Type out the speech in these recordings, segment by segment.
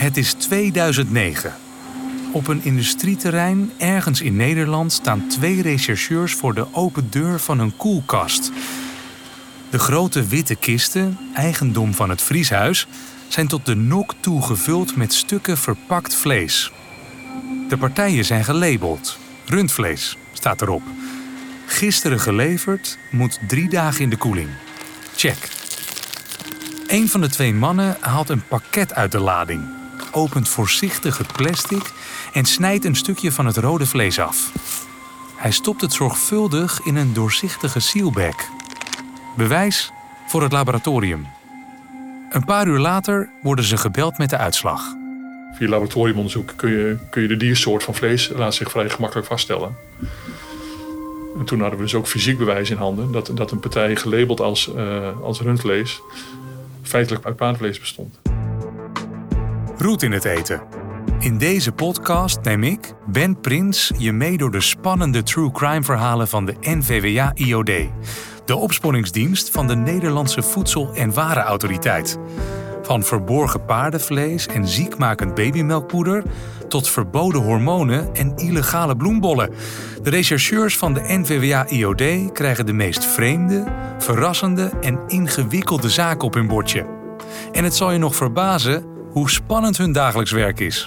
Het is 2009. Op een industrieterrein ergens in Nederland staan 2 rechercheurs voor de open deur van een koelkast. De grote witte kisten, eigendom van het vrieshuis, zijn tot de nok toe gevuld met stukken verpakt vlees. De partijen zijn gelabeld. Rundvlees staat erop. Gisteren geleverd, moet 3 dagen in de koeling. Check. Een van de 2 mannen haalt een pakket uit de lading, opent voorzichtig het plastic en snijdt een stukje van het rode vlees af. Hij stopt het zorgvuldig in een doorzichtige sealbag. Bewijs voor het laboratorium. Een paar uur later worden ze gebeld met de uitslag. Via laboratoriumonderzoek kun je de diersoort van vlees laat zich vrij gemakkelijk vaststellen. En toen hadden we dus ook fysiek bewijs in handen dat een partij gelabeld als rundvlees feitelijk uit paardvlees bestond. Roet in het eten. In deze podcast neem ik, Ben Prins, je mee door de spannende true crime verhalen van de NVWA-IOD. De opsporingsdienst van de Nederlandse Voedsel- en Warenautoriteit. Van verborgen paardenvlees en ziekmakend babymelkpoeder tot verboden hormonen en illegale bloembollen. De rechercheurs van de NVWA-IOD krijgen de meest vreemde, verrassende en ingewikkelde zaken op hun bordje. En het zal je nog verbazen hoe spannend hun dagelijks werk is.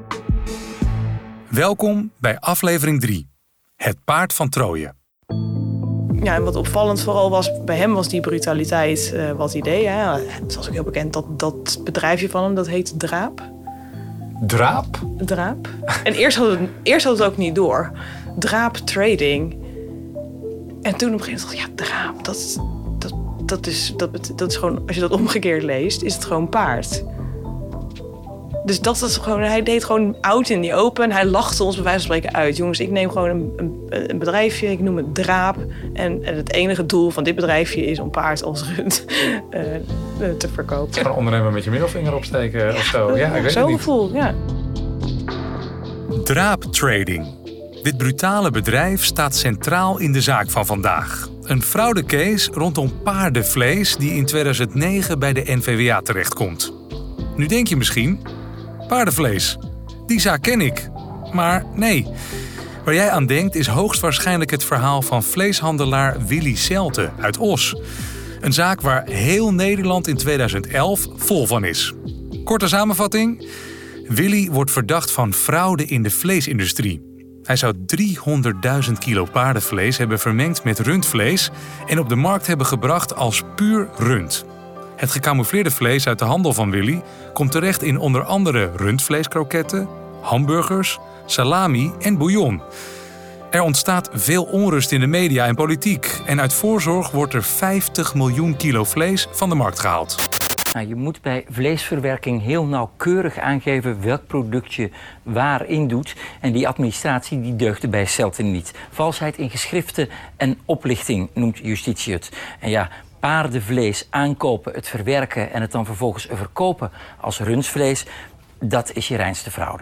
Welkom bij aflevering 3. Het paard van Troje. Ja, en wat opvallend vooral was, bij hem was die brutaliteit wat idee. Hè. Het was ook heel bekend dat bedrijfje van hem, dat heet Draap. Draap? Draap. En eerst hadden we het ook niet door. Draap Trading. En toen op een gegeven moment dacht ik, ja, Draap, dat is gewoon, als je dat omgekeerd leest, is het gewoon paard. Dus dat is gewoon, hij deed gewoon out in die open. Hij lachte ons bij wijze van spreken uit. Jongens, ik neem gewoon een bedrijfje, ik noem het Draap. En het enige doel van dit bedrijfje is om paard als rund te verkopen. Gewoon ondernemer met je middelvinger opsteken of zo. Ja, ik weet zo'n het niet. gevoel, ja. Draap Trading. Dit brutale bedrijf staat centraal in de zaak van vandaag. Een fraudecase rondom paardenvlees die in 2009 bij de NVWA terechtkomt. Nu denk je misschien, paardenvlees, die zaak ken ik. Maar nee, waar jij aan denkt is hoogstwaarschijnlijk het verhaal van vleeshandelaar Willy Celte uit Os. Een zaak waar heel Nederland in 2011 vol van is. Korte samenvatting. Willy wordt verdacht van fraude in de vleesindustrie. Hij zou 300.000 kilo paardenvlees hebben vermengd met rundvlees en op de markt hebben gebracht als puur rund. Het gecamoufleerde vlees uit de handel van Willy komt terecht in onder andere rundvleeskroketten, hamburgers, salami en bouillon. Er ontstaat veel onrust in de media en politiek en uit voorzorg wordt er 50 miljoen kilo vlees van de markt gehaald. Nou, je moet bij vleesverwerking heel nauwkeurig aangeven welk product je waarin doet. En die administratie die deugde bij Celte niet. Valsheid in geschriften en oplichting noemt justitie het. En ja, paardenvlees aankopen, het verwerken en het dan vervolgens verkopen als rundvlees, dat is je reinste fraude.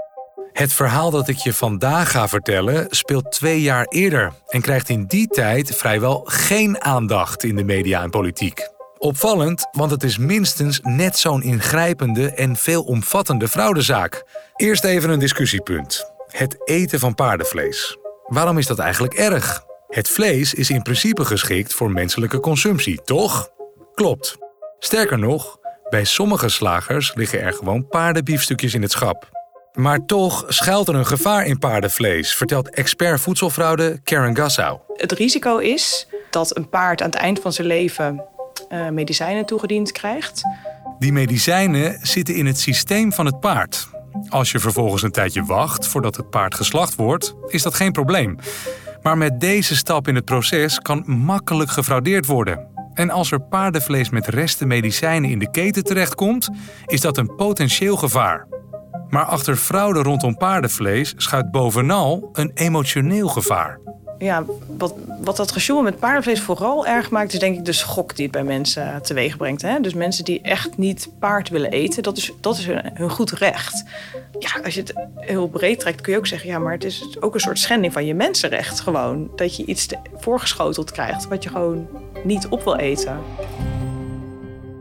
Het verhaal dat ik je vandaag ga vertellen speelt 2 jaar eerder en krijgt in die tijd vrijwel geen aandacht in de media en politiek. Opvallend, want het is minstens net zo'n ingrijpende en veelomvattende fraudezaak. Eerst even een discussiepunt. Het eten van paardenvlees. Waarom is dat eigenlijk erg? Het vlees is in principe geschikt voor menselijke consumptie, toch? Klopt. Sterker nog, bij sommige slagers liggen er gewoon paardenbiefstukjes in het schap. Maar toch schuilt er een gevaar in paardenvlees, vertelt expert voedselfraude Karen Gassau. Het risico is dat een paard aan het eind van zijn leven medicijnen toegediend krijgt. Die medicijnen zitten in het systeem van het paard. Als je vervolgens een tijdje wacht voordat het paard geslacht wordt, is dat geen probleem. Maar met deze stap in het proces kan makkelijk gefraudeerd worden. En als er paardenvlees met resten medicijnen in de keten terechtkomt, is dat een potentieel gevaar. Maar achter fraude rondom paardenvlees schuilt bovenal een emotioneel gevaar. Ja, wat dat gesjoemel met paardenvlees vooral erg maakt, is denk ik de schok die het bij mensen teweeg brengt. Hè? Dus mensen die echt niet paard willen eten, dat is hun goed recht. Ja, als je het heel breed trekt, kun je ook zeggen, ja, maar het is ook een soort schending van je mensenrecht gewoon. Dat je iets voorgeschoteld krijgt wat je gewoon niet op wil eten.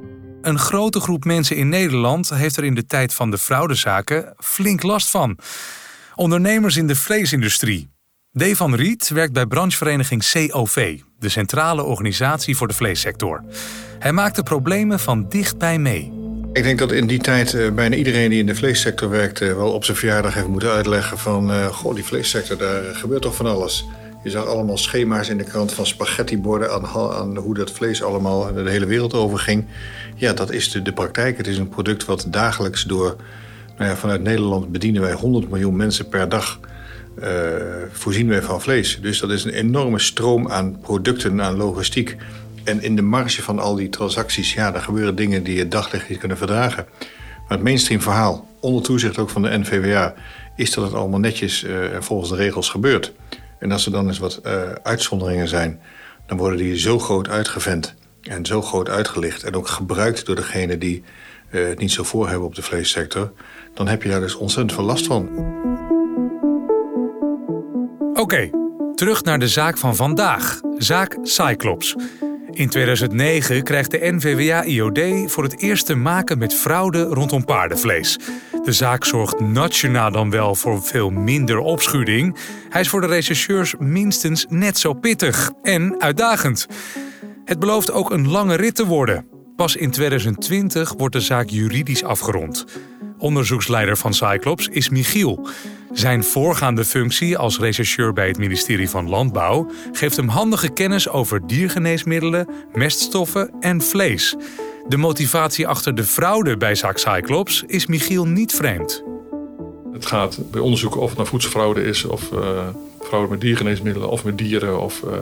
een grote groep mensen in Nederland heeft er in de tijd van de fraudezaken flink last van. Ondernemers in de vleesindustrie. D. van Riet werkt bij branchevereniging COV, de centrale organisatie voor de vleessector. Hij maakt de problemen van dichtbij mee. Ik denk dat in die tijd bijna iedereen die in de vleessector werkte wel op zijn verjaardag heeft moeten uitleggen van die vleessector, daar gebeurt toch van alles. Je zag allemaal schema's in de krant van spaghettiborden aan hoe dat vlees allemaal de hele wereld overging. Ja, dat is de praktijk. Het is een product wat dagelijks vanuit Nederland bedienen wij 100 miljoen mensen per dag. Voorzien wij van vlees. Dus dat is een enorme stroom aan producten, aan logistiek. En in de marge van al die transacties, daar gebeuren dingen die je daglicht niet kunnen verdragen. Maar het mainstream verhaal, onder toezicht ook van de NVWA, is dat het allemaal netjes en volgens de regels gebeurt. En als er dan eens wat uitzonderingen zijn, dan worden die zo groot uitgevent en zo groot uitgelicht en ook gebruikt door degene die het niet zo voor hebben op de vleessector. Dan heb je daar dus ontzettend veel last van. Oké, terug naar de zaak van vandaag. Zaak Cyclops. In 2009 krijgt de NVWA-IOD voor het eerst te maken met fraude rondom paardenvlees. De zaak zorgt nationaal dan wel voor veel minder opschudding. Hij is voor de rechercheurs minstens net zo pittig en uitdagend. Het belooft ook een lange rit te worden. Pas in 2020 wordt de zaak juridisch afgerond. Onderzoeksleider van Cyclops is Michiel. Zijn voorgaande functie als rechercheur bij het ministerie van Landbouw geeft hem handige kennis over diergeneesmiddelen, meststoffen en vlees. De motivatie achter de fraude bij zaak Cyclops is Michiel niet vreemd. Het gaat bij onderzoeken of het nou voedselfraude is of fraude met diergeneesmiddelen of met dieren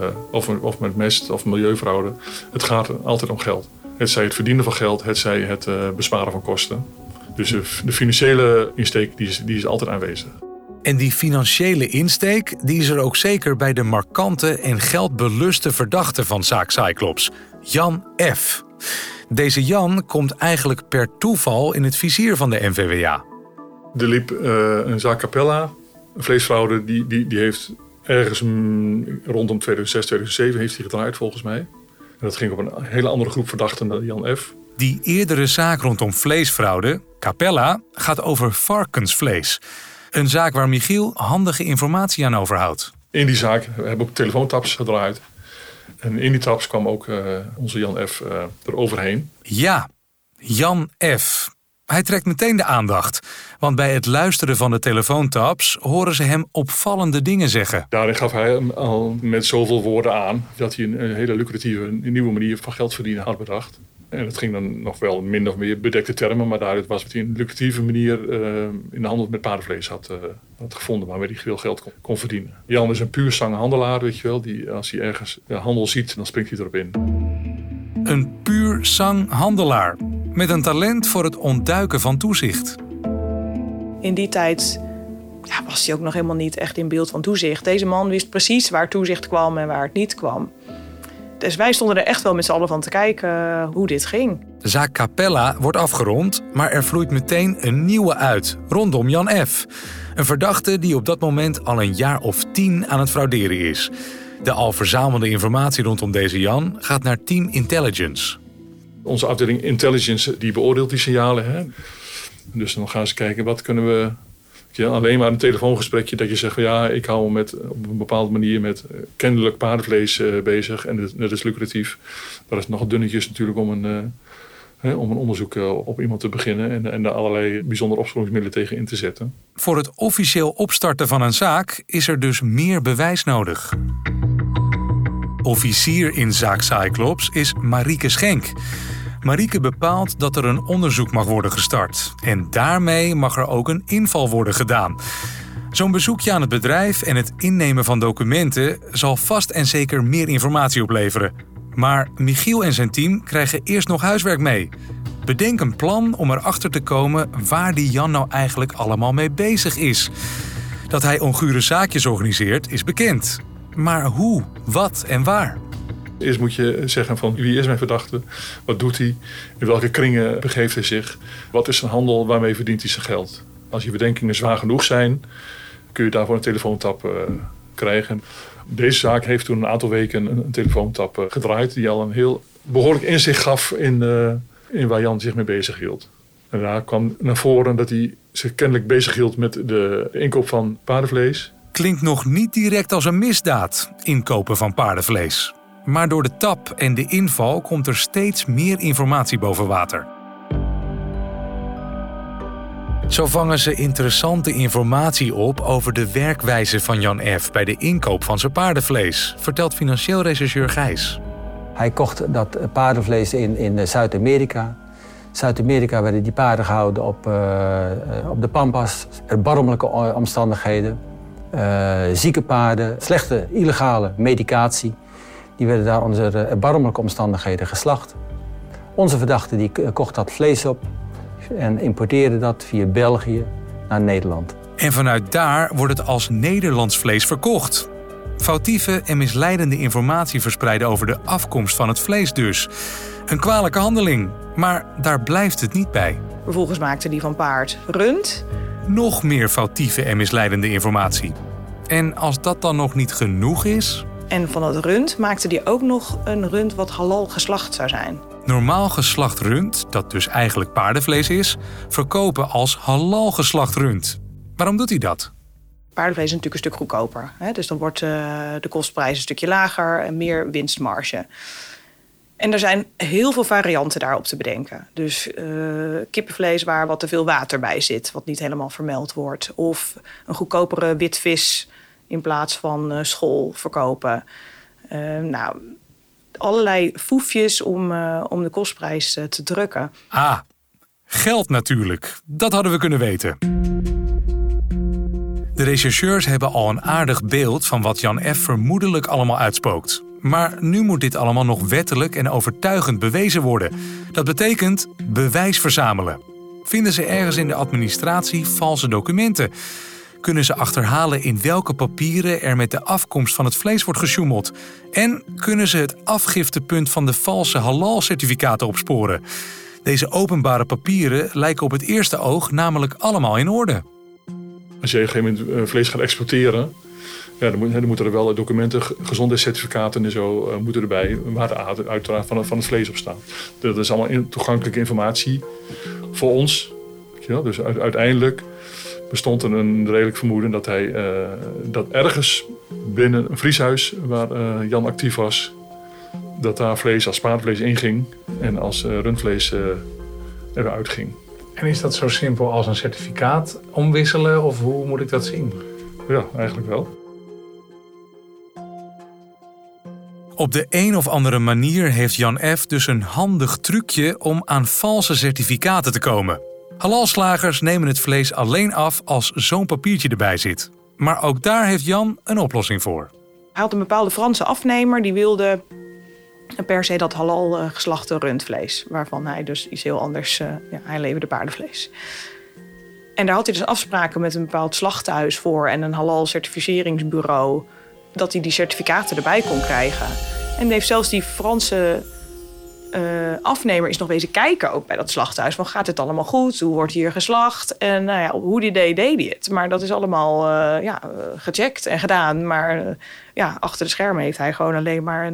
of met mest of milieufraude. Het gaat altijd om geld. Het zij het verdienen van geld, het zij het besparen van kosten. Dus de financiële insteek die is altijd aanwezig. En die financiële insteek die is er ook zeker bij de markante en geldbeluste verdachte van zaak Cyclops, Jan F. Deze Jan komt eigenlijk per toeval in het vizier van de NVWA. Er liep een zaak Capella, een vleesfraude, die heeft ergens rondom 2006, 2007 heeft hij gedraaid volgens mij. En dat ging op een hele andere groep verdachten dan Jan F. Die eerdere zaak rondom vleesfraude, Capella, gaat over varkensvlees. Een zaak waar Michiel handige informatie aan overhoudt. In die zaak hebben we ook telefoontaps gedraaid. En in die taps kwam ook onze Jan F. eroverheen. Ja, Jan F. Hij trekt meteen de aandacht. Want bij het luisteren van de telefoontaps horen ze hem opvallende dingen zeggen. Daarin gaf hij al met zoveel woorden aan dat hij een hele lucratieve nieuwe manier van geld verdienen had bedacht. En dat ging dan nog wel min of meer bedekte termen, maar daaruit was dat hij een lucratieve manier in de handel met paardenvlees had gevonden waarmee hij veel geld kon verdienen. Jan is een puur zanghandelaar, weet je wel. Die, als hij ergens handel ziet, dan springt hij erop in. Een puur zanghandelaar met een talent voor het ontduiken van toezicht. In die tijd was hij ook nog helemaal niet echt in beeld van toezicht. Deze man wist precies waar toezicht kwam en waar het niet kwam. Dus wij stonden er echt wel met z'n allen van te kijken hoe dit ging. De zaak Capella wordt afgerond, maar er vloeit meteen een nieuwe uit, rondom Jan F. Een verdachte die op dat moment al een jaar of 10 aan het frauderen is. De al verzamelde informatie rondom deze Jan gaat naar Team Intelligence. Onze afdeling Intelligence die beoordeelt die signalen. Hè? Dus dan gaan ze kijken, wat kunnen we... Alleen maar een telefoongesprekje dat je zegt van ik hou me op een bepaalde manier met kennelijk paardenvlees bezig en dat is lucratief. Dat is nog dunnetjes natuurlijk om een onderzoek op iemand te beginnen en daar allerlei bijzondere opsporingsmiddelen tegen in te zetten. Voor het officieel opstarten van een zaak is er dus meer bewijs nodig. Officier in zaak Cyclops is Marieke Schenk. Marieke bepaalt dat er een onderzoek mag worden gestart. En daarmee mag er ook een inval worden gedaan. Zo'n bezoekje aan het bedrijf en het innemen van documenten zal vast en zeker meer informatie opleveren. Maar Michiel en zijn team krijgen eerst nog huiswerk mee. Bedenk een plan om erachter te komen waar die Jan nou eigenlijk allemaal mee bezig is. Dat hij ongure zaakjes organiseert is bekend. Maar hoe, wat en waar? Eerst moet je zeggen van wie is mijn verdachte, wat doet hij, in welke kringen begeeft hij zich, wat is zijn handel, waarmee verdient hij zijn geld. Als je verdenkingen zwaar genoeg zijn, kun je daarvoor een telefoontap krijgen. Deze zaak heeft toen een aantal weken een telefoontap gedraaid die al een heel behoorlijk inzicht gaf in in waar Jan zich mee bezig hield. En daar kwam naar voren dat hij zich kennelijk bezig hield met de inkoop van paardenvlees. Klinkt nog niet direct als een misdaad, inkopen van paardenvlees. Maar door de tap en de inval komt er steeds meer informatie boven water. Zo vangen ze interessante informatie op over de werkwijze van Jan F. bij de inkoop van zijn paardenvlees, vertelt financieel rechercheur Gijs. Hij kocht dat paardenvlees in Zuid-Amerika. Zuid-Amerika werden die paarden gehouden op de Pampas. Erbarmelijke omstandigheden. Zieke paarden, slechte illegale medicatie. Die werden daar onder erbarmelijke omstandigheden geslacht. Onze verdachte die kocht dat vlees op en importeerde dat via België naar Nederland. En vanuit daar wordt het als Nederlands vlees verkocht. Foutieve en misleidende informatie verspreiden over de afkomst van het vlees dus. Een kwalijke handeling, maar daar blijft het niet bij. Vervolgens maakte die van paard rund. Nog meer foutieve en misleidende informatie. En als dat dan nog niet genoeg is... En van het rund maakte die ook nog een rund wat halal geslacht zou zijn. Normaal geslacht rund, dat dus eigenlijk paardenvlees is, verkopen als halal geslacht rund. Waarom doet hij dat? Paardenvlees is natuurlijk een stuk goedkoper. Hè? Dus dan wordt de kostprijs een stukje lager en meer winstmarge. En er zijn heel veel varianten daarop te bedenken. Dus kippenvlees waar wat te veel water bij zit, wat niet helemaal vermeld wordt. Of een goedkopere witvis in plaats van schol verkopen. Allerlei foefjes om de kostprijs te drukken. Ah, geld natuurlijk. Dat hadden we kunnen weten. De rechercheurs hebben al een aardig beeld van wat Jan F. vermoedelijk allemaal uitspookt. Maar nu moet dit allemaal nog wettelijk en overtuigend bewezen worden. Dat betekent bewijs verzamelen. Vinden ze ergens in de administratie valse documenten? Kunnen ze achterhalen in welke papieren er met de afkomst van het vlees wordt gesjoemeld? En kunnen ze het afgiftepunt van de valse halal-certificaten opsporen? Deze openbare papieren lijken op het eerste oog namelijk allemaal in orde. Als je op een gegeven moment vlees gaat exporteren, ja, dan moeten er wel documenten, gezondheidscertificaten en zo moeten erbij, waar de uiteraard van het vlees op staat. Dat is allemaal toegankelijke informatie voor ons. Ja, dus uiteindelijk bestond er een redelijk vermoeden dat hij dat ergens binnen een vrieshuis waar Jan actief was, dat daar vlees als paardenvlees inging en als rundvlees eruit ging. En is dat zo simpel als een certificaat omwisselen of hoe moet ik dat zien? Ja, eigenlijk wel. Op de een of andere manier heeft Jan F. dus een handig trucje om aan valse certificaten te komen. Halalslagers nemen het vlees alleen af als zo'n papiertje erbij zit. Maar ook daar heeft Jan een oplossing voor. Hij had een bepaalde Franse afnemer die wilde per se dat halal geslachte rundvlees. Waarvan hij dus iets heel anders, hij leverde paardenvlees. En daar had hij dus afspraken met een bepaald slachthuis voor en een halal certificeringsbureau. Dat hij die certificaten erbij kon krijgen. En heeft zelfs die Franse afnemer is nog wezen kijken ook bij dat slachthuis. Van gaat het allemaal goed? Hoe wordt hier geslacht? En hoe die deed hij het. Maar dat is allemaal gecheckt en gedaan. Maar achter de schermen heeft hij gewoon alleen maar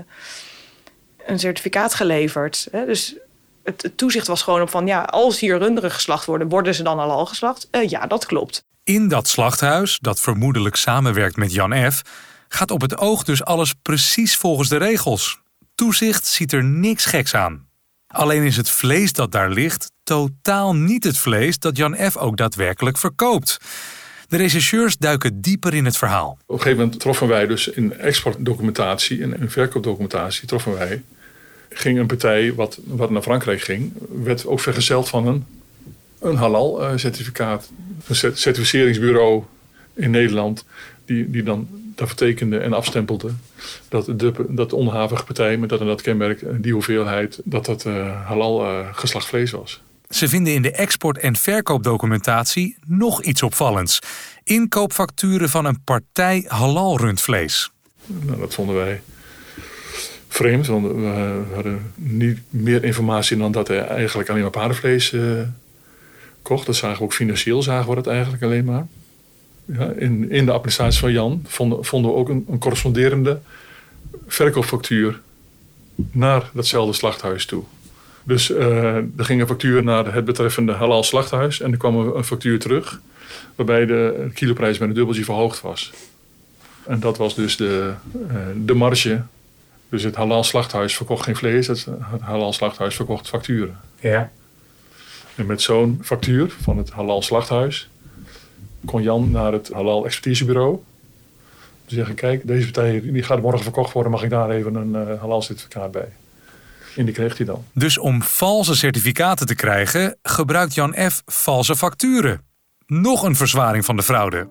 een certificaat geleverd. Hè? Dus het toezicht was gewoon op van als hier runderen geslacht worden ze dan al geslacht? Ja, dat klopt. In dat slachthuis, dat vermoedelijk samenwerkt met Jan F., gaat op het oog dus alles precies volgens de regels. Toezicht ziet er niks geks aan. Alleen is het vlees dat daar ligt totaal niet het vlees dat Jan F. ook daadwerkelijk verkoopt. De rechercheurs duiken dieper in het verhaal. Op een gegeven moment troffen wij dus in exportdocumentatie en in verkoopdocumentatie ging een partij wat naar Frankrijk ging, werd ook vergezeld van een halal certificaat. Een certificeringsbureau in Nederland die dan daarvoor tekende en afstempelde dat de onderhavige partij met dat en dat kenmerk, die hoeveelheid, dat halal geslacht vlees was. Ze vinden in de export- en verkoopdocumentatie nog iets opvallends. Inkoopfacturen van een partij halal rundvlees. Nou, dat vonden wij vreemd, want we hadden niet meer informatie dan dat hij eigenlijk alleen maar paardenvlees kocht. Dat zagen we ook financieel, zagen we dat eigenlijk alleen maar. Ja, in de administratie van Jan vonden we ook een corresponderende verkoopfactuur naar datzelfde slachthuis toe. Dus er ging een factuur naar het betreffende halal slachthuis. En er kwam een factuur terug. Waarbij de kiloprijs met een dubbeltje verhoogd was. En dat was dus de marge. Dus het halal slachthuis verkocht geen vlees. Het halal slachthuis verkocht facturen. Ja. En met zo'n factuur van het halal slachthuis kon Jan naar het halal expertisebureau. Zeggen, kijk, deze partij die gaat morgen verkocht worden. Mag ik daar even een halal certificaat bij? En die kreeg hij dan. Dus om valse certificaten te krijgen, gebruikt Jan F. valse facturen. Nog een verzwaring van de fraude.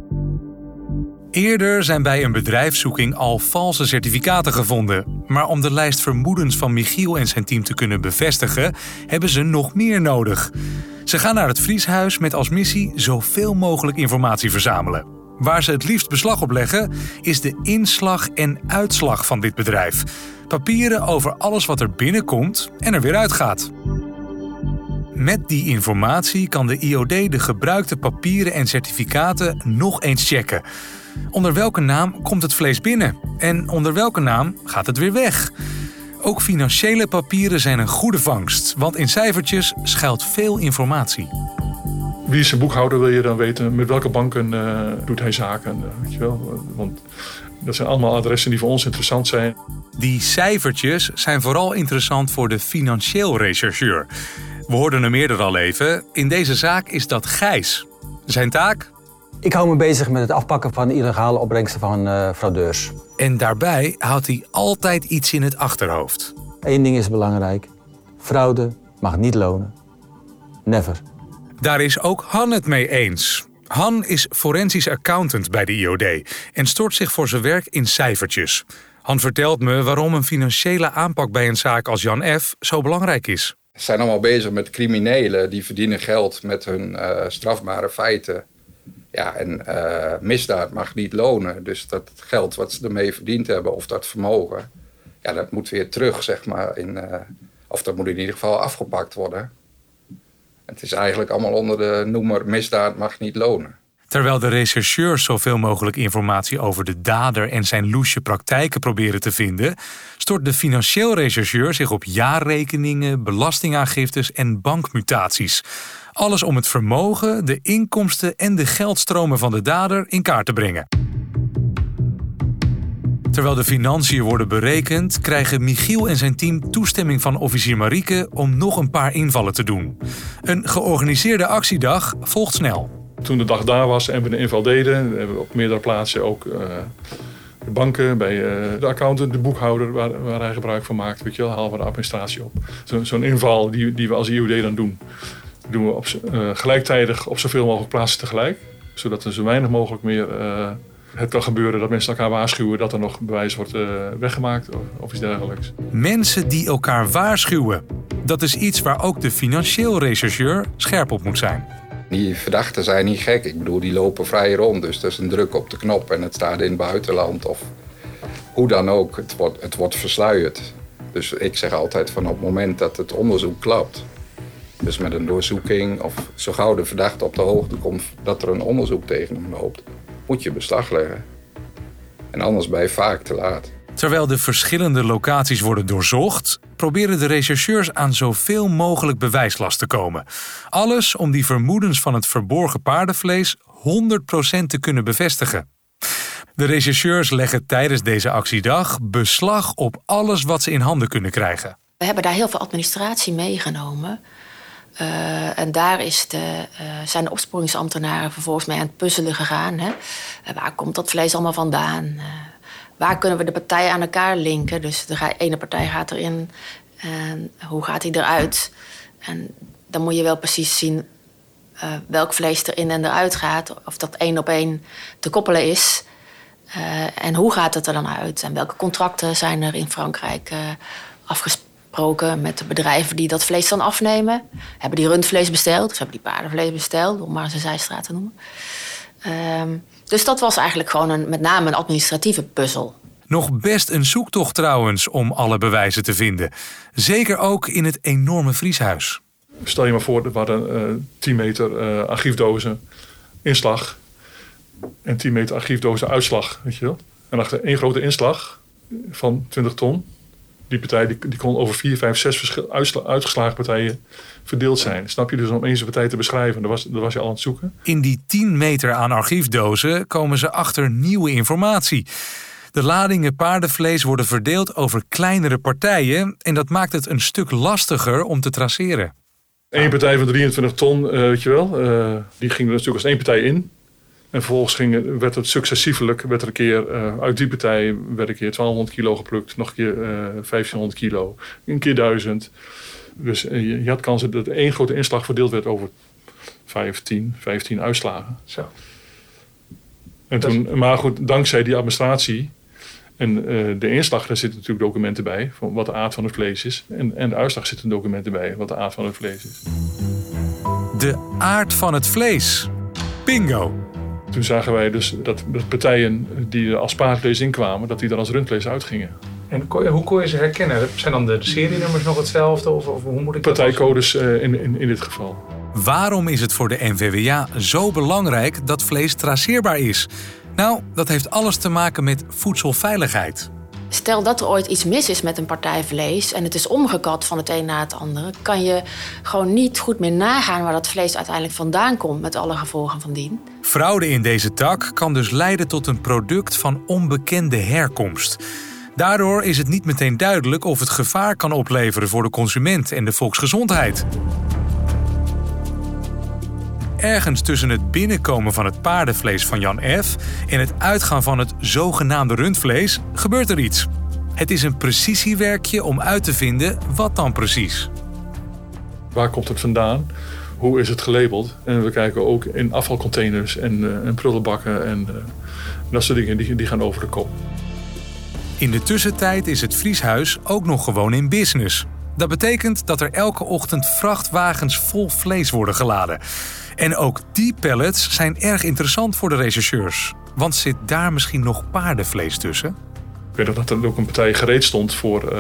Eerder zijn bij een bedrijfszoeking al valse certificaten gevonden. Maar om de lijst vermoedens van Michiel en zijn team te kunnen bevestigen, hebben ze nog meer nodig. Ze gaan naar het vrieshuis met als missie zoveel mogelijk informatie verzamelen. Waar ze het liefst beslag op leggen, is de inslag en uitslag van dit bedrijf. Papieren over alles wat er binnenkomt en er weer uitgaat. Met die informatie kan de IOD de gebruikte papieren en certificaten nog eens checken. Onder welke naam komt het vlees binnen? En onder welke naam gaat het weer weg? Ook financiële papieren zijn een goede vangst, want in cijfertjes schuilt veel informatie. Wie is zijn boekhouder, wil je dan weten? Met welke banken doet hij zaken? Weet je wel? Want dat zijn allemaal adressen die voor ons interessant zijn. Die cijfertjes zijn vooral interessant voor de financieel rechercheur. We hoorden hem eerder al even. In deze zaak is dat Gijs. Zijn taak? Ik hou me bezig met het afpakken van illegale opbrengsten van fraudeurs. En daarbij houdt hij altijd iets in het achterhoofd. Eén ding is belangrijk. Fraude mag niet lonen. Never. Daar is ook Han het mee eens. Han is forensisch accountant bij de IOD en stort zich voor zijn werk in cijfertjes. Han vertelt me waarom een financiële aanpak bij een zaak als Jan F. zo belangrijk is. Ze zijn allemaal bezig met criminelen die verdienen geld met hun strafbare feiten. Ja, en misdaad mag niet lonen. Dus dat geld wat ze ermee verdiend hebben of dat vermogen, ja, dat moet weer terug, zeg maar. Of dat moet in ieder geval afgepakt worden. Het is eigenlijk allemaal onder de noemer misdaad mag niet lonen. Terwijl de rechercheurs zoveel mogelijk informatie over de dader en zijn loesje praktijken proberen te vinden, stort de financieel rechercheur zich op jaarrekeningen, belastingaangiftes en bankmutaties. Alles om het vermogen, de inkomsten en de geldstromen van de dader in kaart te brengen. Terwijl de financiën worden berekend, krijgen Michiel en zijn team toestemming van officier Marieke om nog een paar invallen te doen. Een georganiseerde actiedag volgt snel. Toen de dag daar was en we de inval deden, hebben we op meerdere plaatsen ook de banken, bij de accountant, de boekhouder waar hij gebruik van maakt. Weet je wel, halen we de administratie op. Zo'n inval die we als IOD dan doen we gelijktijdig op zoveel mogelijk plaatsen tegelijk. Zodat er zo weinig mogelijk meer het kan gebeuren dat mensen elkaar waarschuwen dat er nog bewijs wordt weggemaakt of iets dergelijks. Mensen die elkaar waarschuwen. Dat is iets waar ook de financieel rechercheur scherp op moet zijn. Die verdachten zijn niet gek. Ik bedoel, die lopen vrij rond. Dus dat is een druk op de knop en het staat in het buitenland. Of hoe dan ook, het wordt versluierd. Dus ik zeg altijd van op het moment dat het onderzoek klapt, dus met een doorzoeking of zo gauw de verdachte op de hoogte komt dat er een onderzoek tegen hem loopt, moet je beslag leggen. En anders ben je vaak te laat. Terwijl de verschillende locaties worden doorzocht, proberen de rechercheurs aan zoveel mogelijk bewijslast te komen. Alles om die vermoedens van het verborgen paardenvlees 100% te kunnen bevestigen. De rechercheurs leggen tijdens deze actiedag beslag op alles wat ze in handen kunnen krijgen. We hebben daar heel veel administratie meegenomen. En daar zijn de opsporingsambtenaren vervolgens mee aan het puzzelen gegaan. Hè? Waar komt dat vlees allemaal vandaan? Waar kunnen we de partijen aan elkaar linken? Dus de ene partij gaat erin en hoe gaat die eruit? En dan moet je wel precies zien welk vlees erin en eruit gaat. Of dat 1 op 1 te koppelen is. En hoe gaat het er dan uit? En welke contracten zijn er in Frankrijk afgesproken met de bedrijven die dat vlees dan afnemen? Hebben die rundvlees besteld? Of hebben die paardenvlees besteld? Om maar eens een zijstraat te noemen. Dus dat was eigenlijk gewoon met name een administratieve puzzel. Nog best een zoektocht trouwens om alle bewijzen te vinden. Zeker ook in het enorme vrieshuis. Stel je maar voor, er waren 10 meter archiefdozen inslag en 10 meter archiefdozen uitslag. Weet je wel? En achter 1 grote inslag van 20 ton Die partij die kon over 4, 5, 6 uitgeslagen partijen verdeeld zijn. Snap je? Dus om eens een partij te beschrijven, daar was je al aan het zoeken. In die 10 meter aan archiefdozen komen ze achter nieuwe informatie. De ladingen paardenvlees worden verdeeld over kleinere partijen en dat maakt het een stuk lastiger om te traceren. Eén partij van 23 ton, weet je wel, die ging er natuurlijk als één partij in. En vervolgens werd het successievelijk, werd er een keer uit die partij werd een keer 1200 kilo geplukt, nog een keer 1500 kilo, een keer 1000. Dus je had kansen dat één grote inslag verdeeld werd over 15 uitslagen. Zo. En toen, maar goed, dankzij die administratie en de inslag, daar zitten natuurlijk documenten bij van wat de aard van het vlees is. En de uitslag zitten documenten bij wat de aard van het vlees is. De aard van het vlees. Bingo! Toen zagen wij dus dat partijen die als paardvlees inkwamen, dat die dan als rundvlees uitgingen. En hoe kon je ze herkennen? Zijn dan de serienummers nog hetzelfde? Of hoe moet ik dat partijcodes in dit geval. Waarom is het voor de NVWA zo belangrijk dat vlees traceerbaar is? Nou, dat heeft alles te maken met voedselveiligheid. Stel dat er ooit iets mis is met een partij vlees en het is omgekat van het een naar het andere, kan je gewoon niet goed meer nagaan waar dat vlees uiteindelijk vandaan komt met alle gevolgen van dien. Fraude in deze tak kan dus leiden tot een product van onbekende herkomst. Daardoor is het niet meteen duidelijk of het gevaar kan opleveren voor de consument en de volksgezondheid. Ergens tussen het binnenkomen van het paardenvlees van Jan F. en het uitgaan van het zogenaamde rundvlees gebeurt er iets. Het is een precisiewerkje om uit te vinden wat dan precies. Waar komt het vandaan? Hoe is het gelabeld? En we kijken ook in afvalcontainers en prullenbakken en dat soort dingen die gaan over de kop. In de tussentijd is het Vrieshuis ook nog gewoon in business. Dat betekent dat er elke ochtend vrachtwagens vol vlees worden geladen. En ook die pallets zijn erg interessant voor de rechercheurs. Want zit daar misschien nog paardenvlees tussen? Ik weet dat er ook een partij gereed stond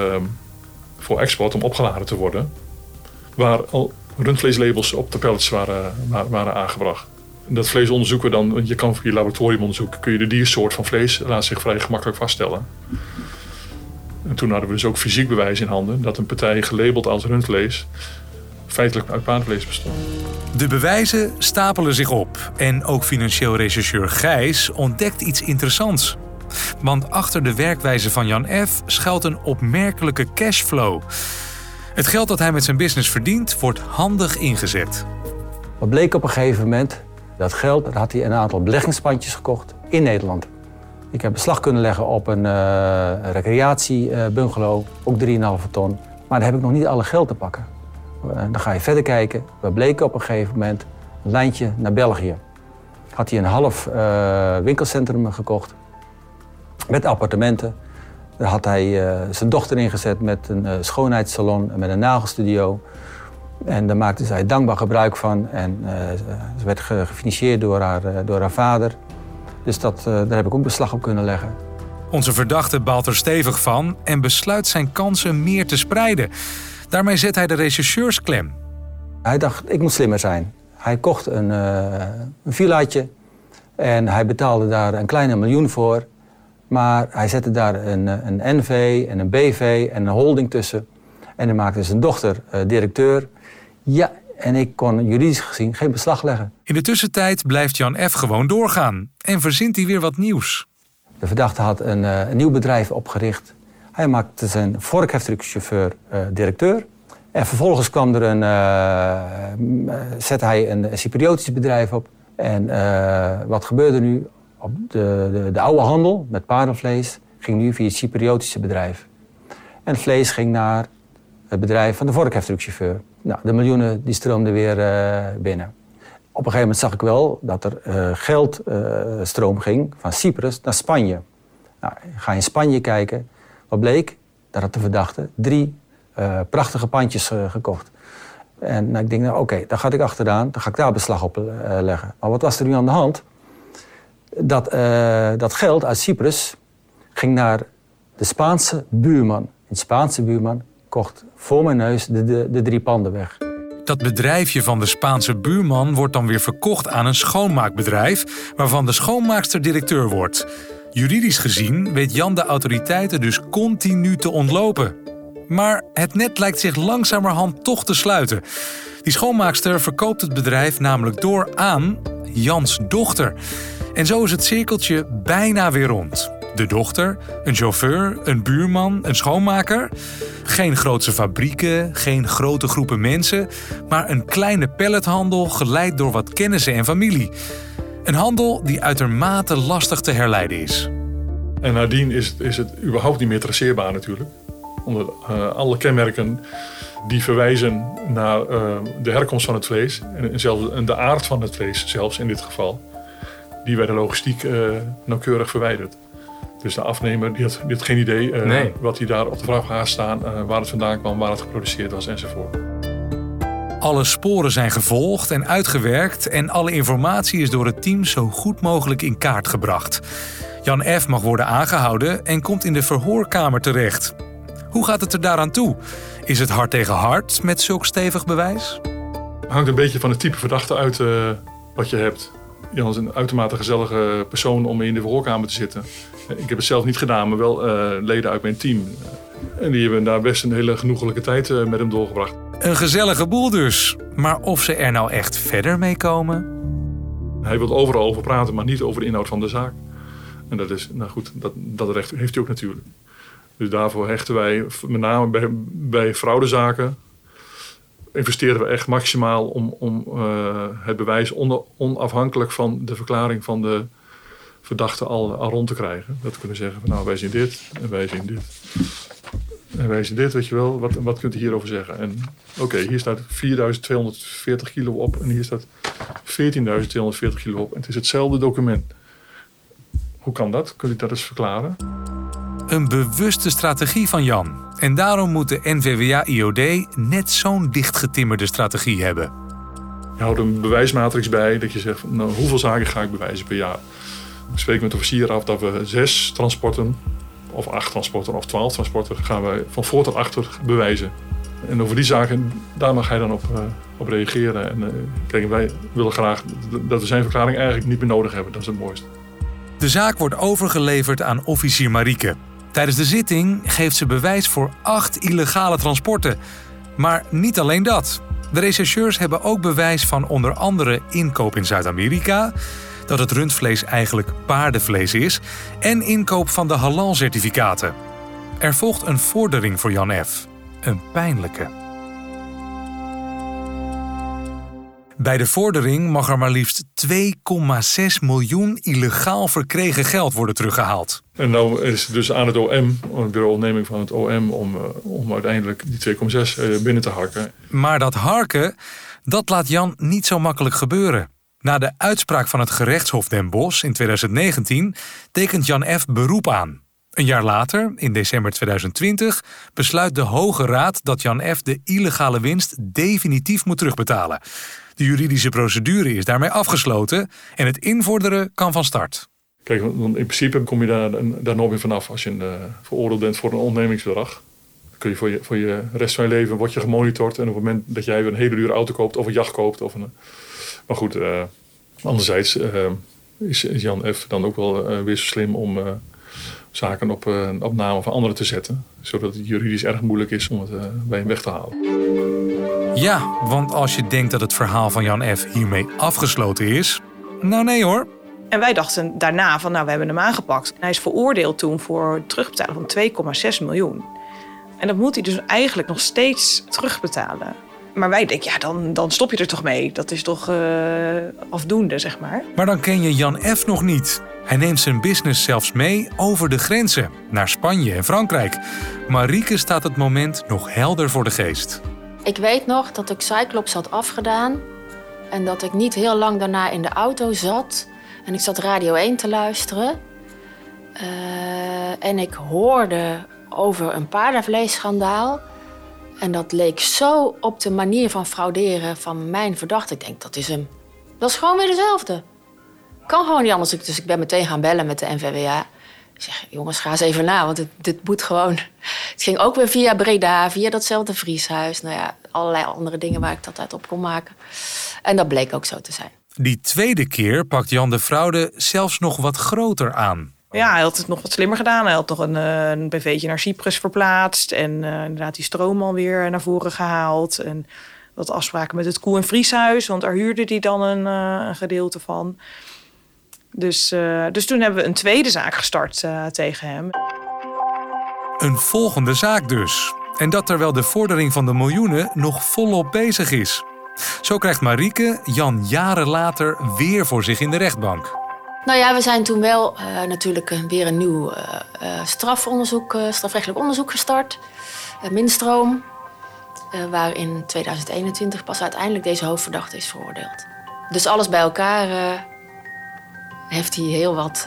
voor export om opgeladen te worden. Waar al rundvleeslabels op de pallets waren aangebracht. En dat vlees onderzoeken dan, want je kan voor je laboratoriumonderzoek kun je de diersoort van vlees laat zich vrij gemakkelijk vaststellen. En toen hadden we dus ook fysiek bewijs in handen dat een partij gelabeld als rundvlees feitelijk uit paardenvlees bestond. De bewijzen stapelen zich op en ook financieel rechercheur Gijs ontdekt iets interessants. Want achter de werkwijze van Jan F. schuilt een opmerkelijke cashflow. Het geld dat hij met zijn business verdient, wordt handig ingezet. Wat bleek op een gegeven moment? Dat geld, daar had hij een aantal beleggingspandjes gekocht in Nederland. Ik heb beslag kunnen leggen op een recreatiebungalow, ook 3,5 ton. Maar daar heb ik nog niet alle geld te pakken. Dan ga je verder kijken. We bleken op een gegeven moment een lijntje naar België. Had hij een half winkelcentrum gekocht met appartementen. Daar had hij zijn dochter ingezet met een schoonheidssalon en met een nagelstudio. En daar maakte zij dankbaar gebruik van. En ze werd gefinancierd door haar vader. Dus daar heb ik ook beslag op kunnen leggen. Onze verdachte baalt er stevig van en besluit zijn kansen meer te spreiden. Daarmee zet hij de rechercheurs klem. Hij dacht, ik moet slimmer zijn. Hij kocht een villaatje en hij betaalde daar een kleine miljoen voor. Maar hij zette daar een NV en een BV en een holding tussen. En hij maakte zijn dochter directeur. Ja, en ik kon juridisch gezien geen beslag leggen. In de tussentijd blijft Jan F. gewoon doorgaan en verzint hij weer wat nieuws. De verdachte had een nieuw bedrijf opgericht. Hij maakte zijn vorkheftruckchauffeur directeur. En vervolgens kwam er zette hij een Cypriotisch bedrijf op. En wat gebeurde nu? Op de oude handel met paardenvlees ging nu via het Cypriotische bedrijf. En het vlees ging naar het bedrijf van de vorkheftruckchauffeur. Nou, de miljoenen die stroomden weer binnen. Op een gegeven moment zag ik wel dat er geldstroom ging van Cyprus naar Spanje. Nou, ga je in Spanje kijken. Wat bleek? Daar had de verdachte 3 prachtige pandjes gekocht. En ik denk, oké, daar ga ik achteraan. Dan ga ik daar beslag op leggen. Maar wat was er nu aan de hand? Dat geld uit Cyprus ging naar de Spaanse buurman. De Spaanse buurman kocht voor mijn neus de 3 panden weg. Dat bedrijfje van de Spaanse buurman wordt dan weer verkocht aan een schoonmaakbedrijf, waarvan de schoonmaakster directeur wordt. Juridisch gezien weet Jan de autoriteiten dus continu te ontlopen. Maar het net lijkt zich langzamerhand toch te sluiten. Die schoonmaakster verkoopt het bedrijf namelijk door aan Jans dochter. En zo is het cirkeltje bijna weer rond. De dochter, een chauffeur, een buurman, een schoonmaker. Geen grootse fabrieken, geen grote groepen mensen, maar een kleine pallethandel geleid door wat kennissen en familie. Een handel die uitermate lastig te herleiden is. En nadien is het überhaupt niet meer traceerbaar natuurlijk. Omdat alle kenmerken die verwijzen naar de herkomst van het vlees en zelfs de aard van het vlees zelfs in dit geval, die werden logistiek nauwkeurig verwijderd. Dus de afnemer die had geen idee wat hij daar op de vraag had staan, waar het vandaan kwam, waar het geproduceerd was enzovoort. Alle sporen zijn gevolgd en uitgewerkt en alle informatie is door het team zo goed mogelijk in kaart gebracht. Jan F. mag worden aangehouden en komt in de verhoorkamer terecht. Hoe gaat het er daaraan toe? Is het hard tegen hard met zulk stevig bewijs? Het hangt een beetje van het type verdachte uit wat je hebt. Jan is een uitermate gezellige persoon om in de verhoorkamer te zitten. Ik heb het zelf niet gedaan, maar wel leden uit mijn team. En die hebben daar best een hele genoegelijke tijd met hem doorgebracht. Een gezellige boel dus. Maar of ze er nou echt verder mee komen? Hij wil overal over praten, maar niet over de inhoud van de zaak. En dat is, nou goed, dat recht heeft hij ook natuurlijk. Dus daarvoor hechten wij, met name bij fraudezaken, investeren we echt maximaal om het bewijs onafhankelijk van de verklaring van de verdachte al rond te krijgen. Dat we kunnen zeggen van nou, wij zien dit en wij zien dit. En wij zien dit, weet je wel, wat kunt u hierover zeggen? En oké, hier staat 4.240 kilo op en hier staat 14.240 kilo op. En het is hetzelfde document. Hoe kan dat? Kunt u dat eens verklaren? Een bewuste strategie van Jan. En daarom moet de NVWA-IOD net zo'n dichtgetimmerde strategie hebben. Je houdt een bewijsmatrix bij dat je zegt, nou, hoeveel zaken ga ik bewijzen per jaar? Ik spreek met de officier af dat we 6 transporten, of 8 transporten, of 12 transporten gaan we van voor tot achter bewijzen. En over die zaken, daar mag hij dan op reageren. En kijk, wij willen graag dat we zijn verklaring eigenlijk niet meer nodig hebben. Dat is het mooiste. De zaak wordt overgeleverd aan officier Marieke. Tijdens de zitting geeft ze bewijs voor 8 illegale transporten. Maar niet alleen dat. De rechercheurs hebben ook bewijs van onder andere inkoop in Zuid-Amerika, dat het rundvlees eigenlijk paardenvlees is, en inkoop van de halal-certificaten. Er volgt een vordering voor Jan F. Een pijnlijke. Bij de vordering mag er maar liefst 2,6 miljoen illegaal verkregen geld worden teruggehaald. En nou is het dus aan het OM, het bureau onderneming van het OM, om uiteindelijk die 2,6 binnen te harken. Maar dat harken, dat laat Jan niet zo makkelijk gebeuren. Na de uitspraak van het gerechtshof Den Bosch in 2019 tekent Jan F. beroep aan. Een jaar later, in december 2020, besluit de Hoge Raad dat Jan F. de illegale winst definitief moet terugbetalen. De juridische procedure is daarmee afgesloten en het invorderen kan van start. Kijk, in principe kom je daar nooit meer vanaf als je veroordeeld bent voor een ondernemingsbedrag. Dan kun je voor je rest van je leven word je gemonitord. En op het moment dat jij weer een hele dure auto koopt of een jacht koopt. Maar goed, anderzijds is Jan F. dan ook wel weer zo slim om zaken op naam van anderen te zetten. Zodat het juridisch erg moeilijk is om het bij hem weg te halen. Ja, want als je denkt dat het verhaal van Jan F. hiermee afgesloten is, nou nee hoor. En wij dachten daarna van, nou, we hebben hem aangepakt. En hij is veroordeeld toen voor het terugbetalen van 2,6 miljoen. En dat moet hij dus eigenlijk nog steeds terugbetalen. Maar wij denken, ja, dan stop je er toch mee. Dat is toch afdoende, zeg maar. Maar dan ken je Jan F. nog niet. Hij neemt zijn business zelfs mee over de grenzen, naar Spanje en Frankrijk. Marieke staat het moment nog helder voor de geest. Ik weet nog dat ik Cyclops had afgedaan. En dat ik niet heel lang daarna in de auto zat. En ik zat Radio 1 te luisteren. En ik hoorde over een paardenvleesschandaal. En dat leek zo op de manier van frauderen van mijn verdachte. Ik denk, dat is hem. Dat is gewoon weer dezelfde. Kan gewoon niet anders. Dus ik ben meteen gaan bellen met de NVWA. Ik zeg, jongens, ga eens even na, want dit moet gewoon. Het ging ook weer via Breda, via datzelfde vrieshuis. Nou ja, allerlei andere dingen waar ik dat uit op kon maken. En dat bleek ook zo te zijn. Die tweede keer pakt Jan de fraude zelfs nog wat groter aan. Ja, hij had het nog wat slimmer gedaan. Hij had nog een BV'tje naar Cyprus verplaatst. En inderdaad die stroomman weer naar voren gehaald. En wat afspraken met het koel- en vrieshuis. Want daar huurde hij dan een gedeelte van. Dus toen hebben we een tweede zaak gestart tegen hem. Een volgende zaak dus. En dat terwijl de vordering van de miljoenen nog volop bezig is. Zo krijgt Marieke Jan jaren later weer voor zich in de rechtbank. Nou ja, we zijn toen wel natuurlijk weer een nieuw strafrechtelijk onderzoek gestart. Minstroom. Waar in 2021 pas uiteindelijk deze hoofdverdachte is veroordeeld. Dus alles bij elkaar heeft hij heel wat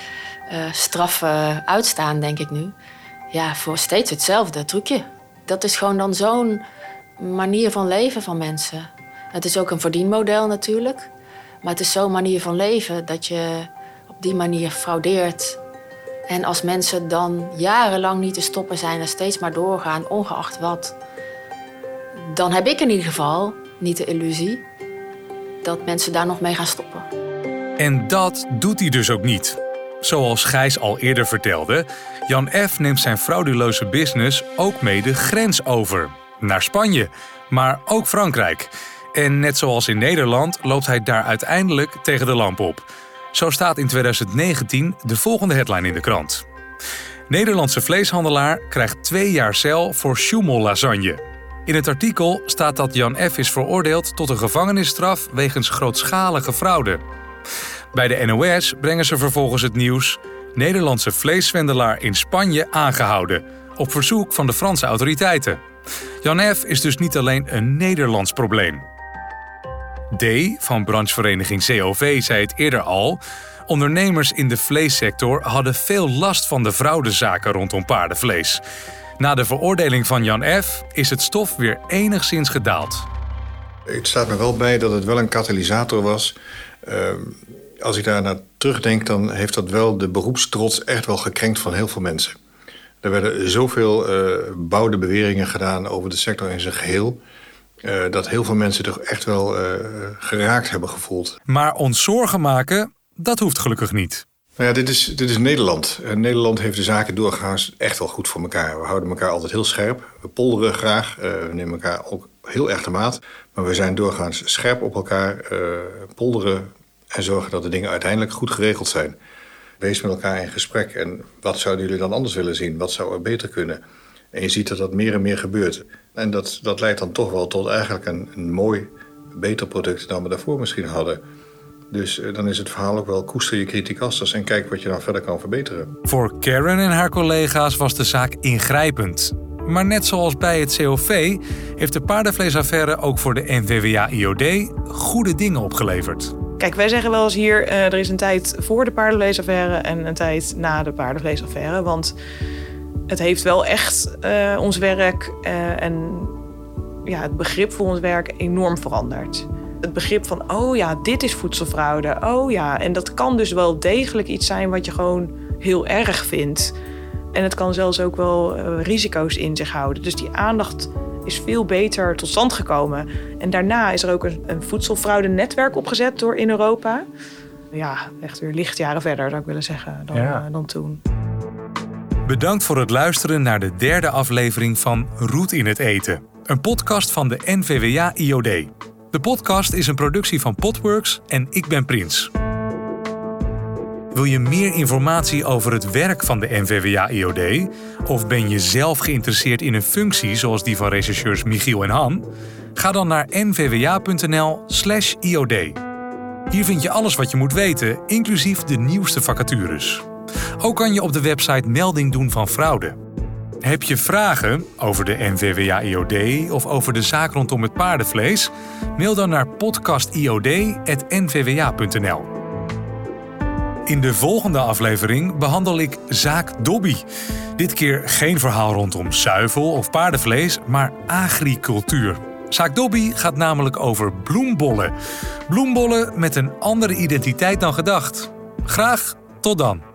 straffen uitstaan, denk ik nu. Ja, voor steeds hetzelfde trucje. Dat is gewoon dan zo'n manier van leven van mensen. Het is ook een verdienmodel natuurlijk. Maar het is zo'n manier van leven dat je op die manier fraudeert. En als mensen dan jarenlang niet te stoppen zijn en steeds maar doorgaan, ongeacht wat, dan heb ik in ieder geval niet de illusie dat mensen daar nog mee gaan stoppen. En dat doet hij dus ook niet. Zoals Gijs al eerder vertelde, Jan F. neemt zijn frauduleuze business ook mee de grens over. Naar Spanje, maar ook Frankrijk. En net zoals in Nederland loopt hij daar uiteindelijk tegen de lamp op. Zo staat in 2019 de volgende headline in de krant. Nederlandse vleeshandelaar krijgt 2 jaar cel voor Schumel-lasagne. In het artikel staat dat Jan F. is veroordeeld tot een gevangenisstraf wegens grootschalige fraude. Bij de NOS brengen ze vervolgens het nieuws: Nederlandse vleeszwendelaar in Spanje aangehouden, op verzoek van de Franse autoriteiten. Jan F. is dus niet alleen een Nederlands probleem. D. van branchevereniging COV zei het eerder al: ondernemers in de vleessector hadden veel last van de fraudezaken rondom paardenvlees. Na de veroordeling van Jan F. is het stof weer enigszins gedaald. Het staat me wel bij dat het wel een katalysator was. Als ik daar naar terugdenk, dan heeft dat wel de beroepstrots echt wel gekrenkt van heel veel mensen. Er werden zoveel bouwde beweringen gedaan over de sector in zijn geheel, dat heel veel mensen toch echt wel geraakt hebben gevoeld. Maar ons zorgen maken, dat hoeft gelukkig niet. Nou ja, dit is Nederland. Nederland heeft de zaken doorgaans echt wel goed voor elkaar. We houden elkaar altijd heel scherp. We polderen graag. We nemen elkaar ook heel erg de maat. Maar we zijn doorgaans scherp op elkaar, polderen en zorgen dat de dingen uiteindelijk goed geregeld zijn. Wees met elkaar in gesprek. En wat zouden jullie dan anders willen zien? Wat zou er beter kunnen? En je ziet dat dat meer en meer gebeurt. En dat leidt dan toch wel tot eigenlijk een mooi, beter product dan we daarvoor misschien hadden. Dus dan is het verhaal ook wel: koester je criticasters en kijk wat je dan verder kan verbeteren. Voor Karen en haar collega's was de zaak ingrijpend. Maar net zoals bij het COV heeft de paardenvleesaffaire ook voor de NVWA-IOD goede dingen opgeleverd. Kijk, wij zeggen wel eens hier, er is een tijd voor de paardenvleesaffaire en een tijd na de paardenvleesaffaire. Want het heeft wel echt ons werk en het begrip voor ons werk enorm veranderd. Het begrip van, oh ja, dit is voedselfraude. Oh ja, en dat kan dus wel degelijk iets zijn wat je gewoon heel erg vindt. En het kan zelfs ook wel risico's in zich houden. Dus die aandacht is veel beter tot stand gekomen. En daarna is er ook een voedselfraude-netwerk opgezet door in Europa. Ja, echt weer lichtjaren verder, zou ik willen zeggen, dan toen. Bedankt voor het luisteren naar de 3e aflevering van Roet in het Eten. Een podcast van de NVWA-IOD. De podcast is een productie van Podworks en ik ben Prins. Wil je meer informatie over het werk van de NVWA-IOD? Of ben je zelf geïnteresseerd in een functie zoals die van rechercheurs Michiel en Han? Ga dan naar nvwa.nl/IOD. Hier vind je alles wat je moet weten, inclusief de nieuwste vacatures. Ook kan je op de website melding doen van fraude. Heb je vragen over de NVWA-IOD of over de zaak rondom het paardenvlees? Mail dan naar podcastiod@nvwa.nl. In de volgende aflevering behandel ik Zaak Dobby. Dit keer geen verhaal rondom zuivel of paardenvlees, maar agricultuur. Zaak Dobby gaat namelijk over bloembollen. Bloembollen met een andere identiteit dan gedacht. Graag tot dan.